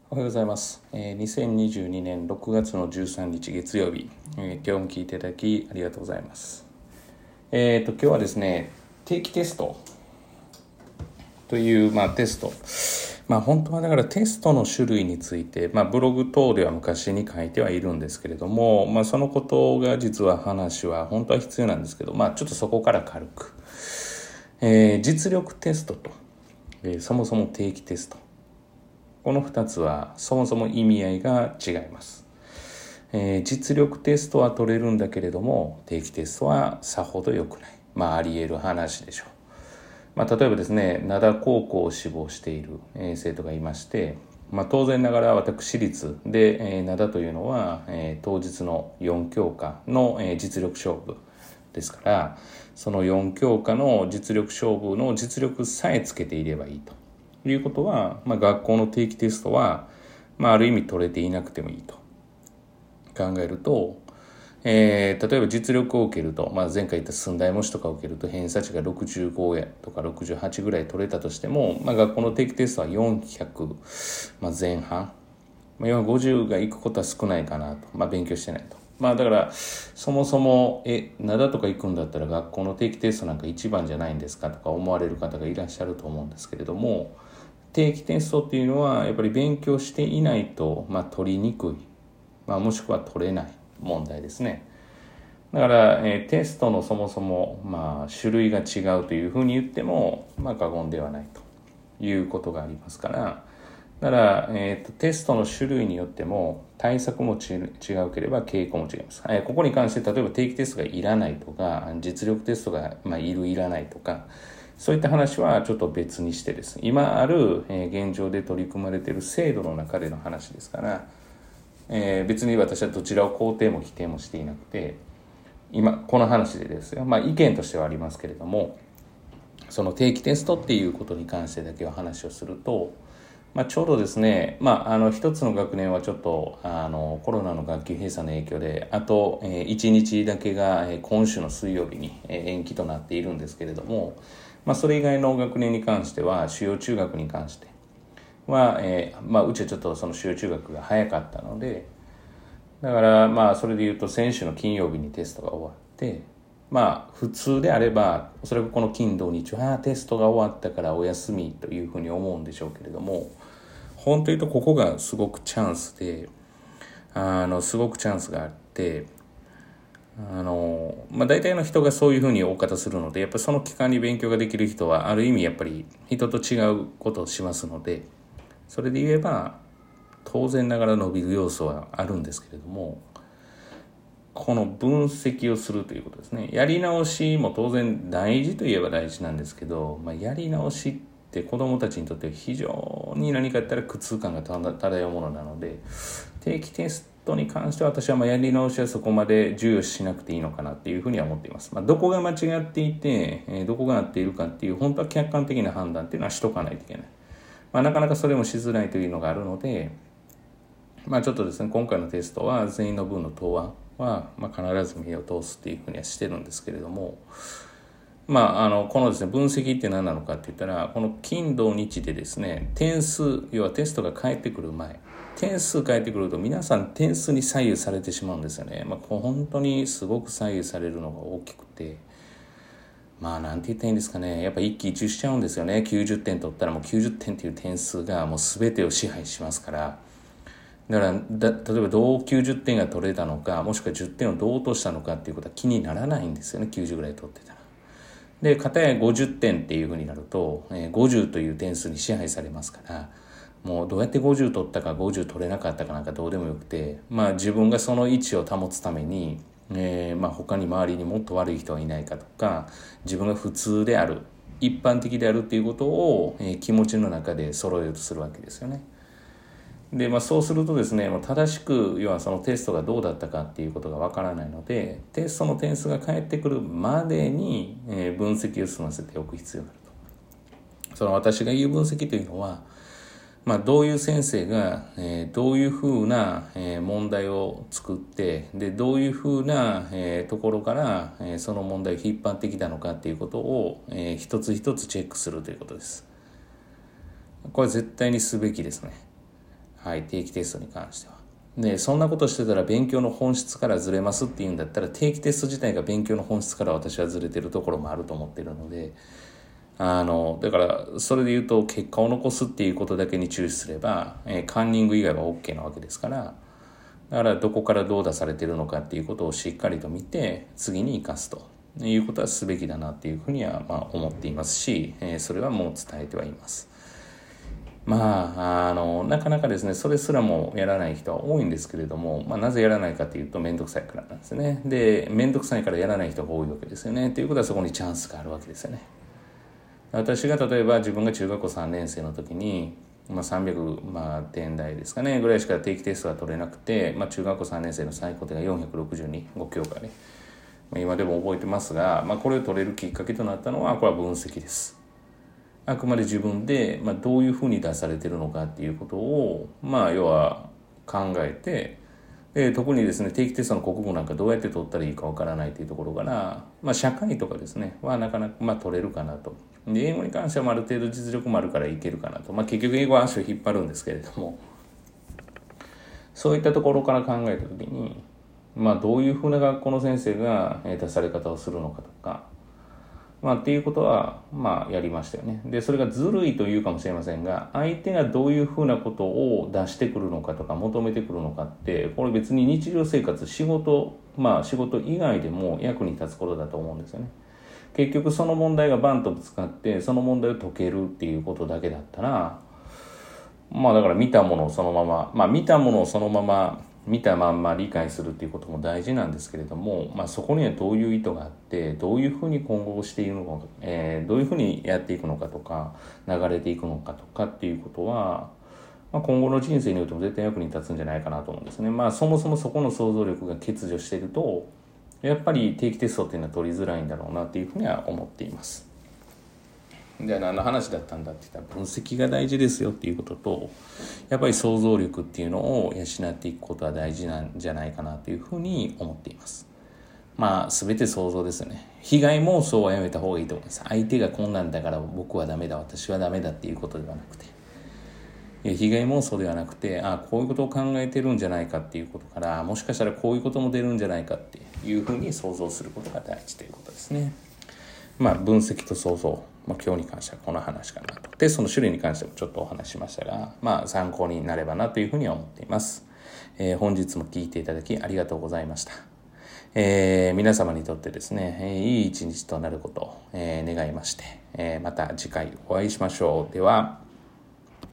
おはようございます。2022年6月の13日月曜日、今日も聞いていただきありがとうございます。今日はですね、定期テストという、テスト。本当はだからテストの種類について、ブログ等では昔に書いてはいるんですけれども、そのことが実は話は本当は必要なんですけど、ちょっとそこから軽く。実力テストと、そもそも定期テスト。この2つはそもそも意味合いが違います。実力テストは取れるんだけれども、定期テストはさほど良くない。あり得る話でしょう。例えばですね、灘高校を志望している、生徒がいまして、当然ながら私立で、灘というのは、当日の4教科の、実力勝負ですから、その4教科の実力勝負の実力さえつけていればいいということは、学校の定期テストは、ある意味取れていなくてもいいと考えると、例えば実力を受けると、前回言った寸大模試とかを受けると偏差値が65やとか68ぐらい取れたとしても、学校の定期テストは400、前半、450がいくことは少ないかなと、勉強してないと。だからそもそも灘とか行くんだったら学校の定期テストなんか一番じゃないんですかとか思われる方がいらっしゃると思うんですけれども、定期テストっていうのはやっぱり勉強していないと、取りにくい、もしくは取れない問題ですね。だから、テストのそもそも、種類が違うというふうに言っても、過言ではないということがありますから、だから、テストの種類によっても対策も違うければ傾向も違います。ここに関して例えば定期テストがいらないとか、実力テストが、いるいらないとか、そういった話はちょっと別にしてですね、今ある、現状で取り組まれている制度の中での話ですから、別に私はどちらを肯定も否定もしていなくて、今この話でですよ、意見としてはありますけれども、その定期テストっていうことに関してだけは話をすると、ちょうどですね、一つの学年はちょっとコロナの学級閉鎖の影響であと1日だけが今週の水曜日に延期となっているんですけれども、それ以外の学年に関しては主要中学に関しては、うちはちょっとその主要中学が早かったので、だからそれで言うと先週の金曜日にテストが終わって、普通であればおそらくこの金土日はテストが終わったからお休みというふうに思うんでしょうけれども、本当に言うとここがすごくチャンスで、すごくチャンスがあって、大体の人がそういうふうに大方するので、やっぱりその期間に勉強ができる人はある意味やっぱり人と違うことをしますので、それで言えば当然ながら伸びる要素はあるんですけれども、この分析をするということですね。やり直しも当然大事といえば大事なんですけど、やり直しって子どもたちにとって非常に何かやったら苦痛感が漂うものなので、定期テストに関しては私はやり直しはそこまで重要視しなくていいのかなっていうふうには思っています。どこが間違っていて、どこが合っているかっていう本当は客観的な判断っていうのはしとかないといけない。なかなかそれもしづらいというのがあるので、ちょっとですね、今回のテストは全員の分の答案は、必ず目を通すっていうふうにはしてるんですけれども、このですね、分析って何なのかって言ったら、この金土日でですね、点数、要はテストが返ってくる前、点数返ってくると皆さん点数に左右されてしまうんですよね。本当にすごく左右されるのが大きくて、なんて言ったらいいんですかね、やっぱ一喜一憂しちゃうんですよね。90点取ったらもう90点っていう点数がもう全てを支配しますから。だから例えばどう90点が取れたのか、もしくは10点をどう落としたのかっていうことは気にならないんですよね、90ぐらい取ってたら。で、片や50点っていうふうになると、50という点数に支配されますから、もうどうやって50取ったか50取れなかったかなんかどうでもよくて、自分がその位置を保つために、他に周りにもっと悪い人はいないかとか、自分が普通である、一般的であるっていうことを、気持ちの中で揃えようとするわけですよね。で、そうするとですね、正しく要はそのテストがどうだったかっていうことがわからないので、テストの点数が返ってくるまでに分析を済ませておく必要があると。その私が言う分析というのは、どういう先生がどういうふうな問題を作って、でどういうふうなところからその問題を引っ張ってきたのかっていうことを一つ一つチェックするということです。これは絶対にすべきですね。 はい、定期テストに関しては。で、そんなことしてたら勉強の本質からずれますっていうんだったら、定期テスト自体が勉強の本質から私はずれてるところもあると思ってるので、だからそれで言うと結果を残すっていうことだけに注視すれば、カンニング以外は OK なわけですから、だからどこからどう出されてるのかっていうことをしっかりと見て次に生かすということはすべきだなっていうふうには思っていますし、それはもう伝えてはいます。なかなかですね、それすらもやらない人は多いんですけれども、なぜやらないかというと、めんどくさいからなんですね。で、めんどくさいからやらない人が多いわけですよね。ということはそこにチャンスがあるわけですよね。私が例えば自分が中学校3年生の時に、300、点台ですかね、ぐらいしか定期テストが取れなくて、中学校3年生の最高点が462、5教科で、今でも覚えてますが、これを取れるきっかけとなったのは、これは分析です。あくまで自分で、どういうふうに出されているのかっていうことを、要は考えて、特にですね、定期テストの国語なんかどうやって取ったらいいかわからないというところから、社会とかですね、はなかなか取れるかなと。で、英語に関してはある程度実力もあるからいけるかなと。結局英語は足を引っ張るんですけれども、そういったところから考えたときに、どういうふうな学校の先生が出され方をするのかとか、っていうことは、やりましたよね。で、それがずるいというかもしれませんが、相手がどういうふうなことを出してくるのかとか求めてくるのかって、これ別に日常生活、仕事以外でも役に立つことだと思うんですよね。結局その問題がバンとぶつかって、その問題を解けるっていうことだけだったら、だから見たものをそのまま、見たものをそのまま、見たまんま理解するっていうことも大事なんですけれども、そこにはどういう意図があって、どういうふうに今後しているのか、どういうふうにやっていくのかとか、流れていくのかとかっていうことは、今後の人生においても絶対役に立つんじゃないかなと思うんですね。そもそもそこの想像力が欠如していると、やっぱり定期テストっていうのは取りづらいんだろうなっていうふうには思っています。じゃあ何の話だったんだって言ったら、分析が大事ですよっていうことと、やっぱり想像力っていうのを養っていくことは大事なんじゃないかなというふうに思っています。全て想像ですよね。被害妄想はやめた方がいいと思います。相手がこんなんだから僕はダメだ、私はダメだっていうことではなくて、被害妄想ではなくて、こういうことを考えてるんじゃないかっていうことから、もしかしたらこういうことも出るんじゃないかっていうふうに想像することが大事ということですね。分析と想像、今日に関してはこの話かなと。テストの種類に関してもちょっとお話ししましたが、参考になればなというふうには思っています。本日も聞いていただきありがとうございました。皆様にとってですね、いい一日となることを、願いまして、また次回お会いしましょう。では。